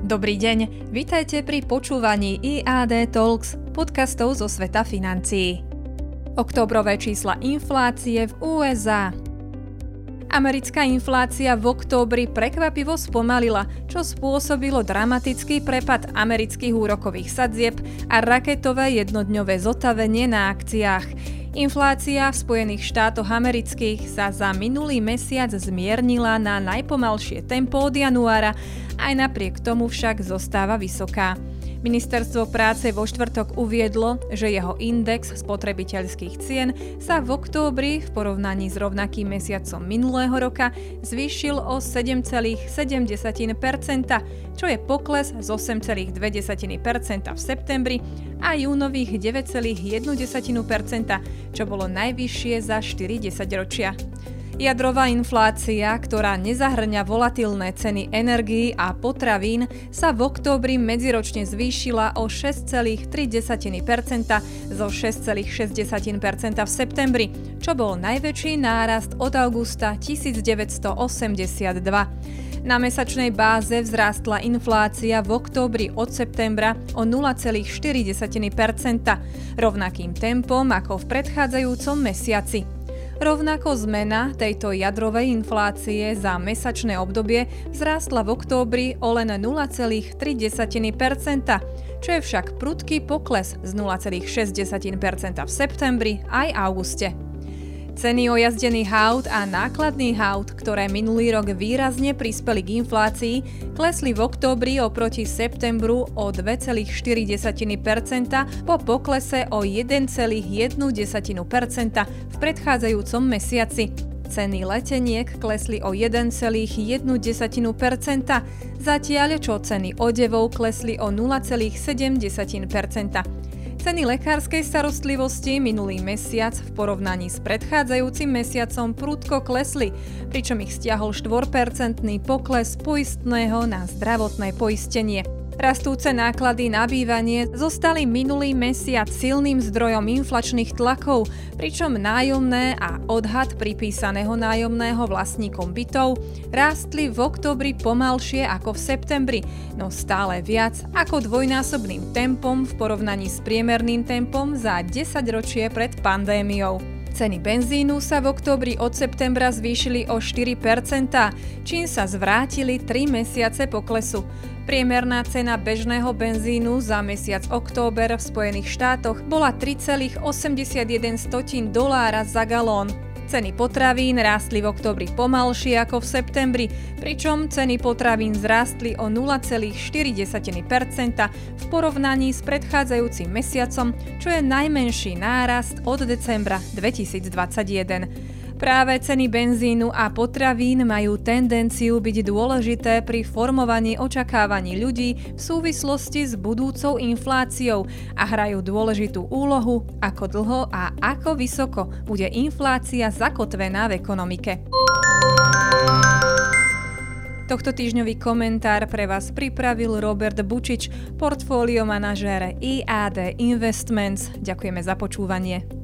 Dobrý deň, vitajte pri počúvaní IAD Talks, podcastov zo sveta financií. Októbrové čísla inflácie v USA. Americká inflácia v októbri prekvapivo spomalila, čo spôsobilo dramatický prepad amerických úrokových sadzieb a raketové jednodňové zotavenie na akciách. Inflácia v Spojených štátoch amerických sa za minulý mesiac zmiernila na najpomalšie tempo od januára, aj napriek tomu však zostáva vysoká. Ministerstvo práce vo štvrtok uviedlo, že jeho index spotrebiteľských cien sa v októbri v porovnaní s rovnakým mesiacom minulého roka zvýšil o 7,7%, čo je pokles z 8,2% v septembri a júnových 9,1%, čo bolo najvyššie za 4 desaťročia. Jadrová inflácia, ktorá nezahŕňa volatilné ceny energií a potravín, sa v októbri medziročne zvýšila o 6,3% zo 6,6% v septembri, čo bol najväčší nárast od augusta 1982. Na mesačnej báze vzrástla inflácia v októbri od septembra o 0,4%, rovnakým tempom ako v predchádzajúcom mesiaci. Rovnako zmena tejto jadrovej inflácie za mesačné obdobie vzrástla v októbri o len 0,3%, čo je však prudký pokles z 0,6% v septembri aj auguste. Ceny ojazdených aut a nákladných aut, ktoré minulý rok výrazne prispeli k inflácii, klesli v októbri oproti septembru o 2,4% po poklese o 1,1% v predchádzajúcom mesiaci. Ceny leteniek klesli o 1,1%, zatiaľ čo ceny odevov klesli o 0,7%. Ceny lekárskej starostlivosti minulý mesiac v porovnaní s predchádzajúcim mesiacom prudko klesli, pričom ich stiahol 4% pokles poistného na zdravotné poistenie. Rastúce náklady na bývanie zostali minulý mesiac silným zdrojom inflačných tlakov, pričom nájomné a odhad pripísaného nájomného vlastníkom bytov rástli v októbri pomalšie ako v septembri, no stále viac ako dvojnásobným tempom v porovnaní s priemerným tempom za 10 ročie pred pandémiou. Ceny benzínu sa v októbri od septembra zvýšili o 4%, čím sa zvrátili 3 mesiace poklesu. Priemerná cena bežného benzínu za mesiac október v Spojených štátoch bola $3,81 za galón. Ceny potravín rástli v októbri pomalšie ako v septembri, pričom ceny potravín zrástli o 0,4% v porovnaní s predchádzajúcim mesiacom, čo je najmenší nárast od decembra 2021. Práve ceny benzínu a potravín majú tendenciu byť dôležité pri formovaní očakávaní ľudí v súvislosti s budúcou infláciou a hrajú dôležitú úlohu, ako dlho a ako vysoko bude inflácia zakotvená v ekonomike. Tohto týždňový komentár pre vás pripravil Robert Bučič, portfólio manažér IAD Investments. Ďakujeme za počúvanie.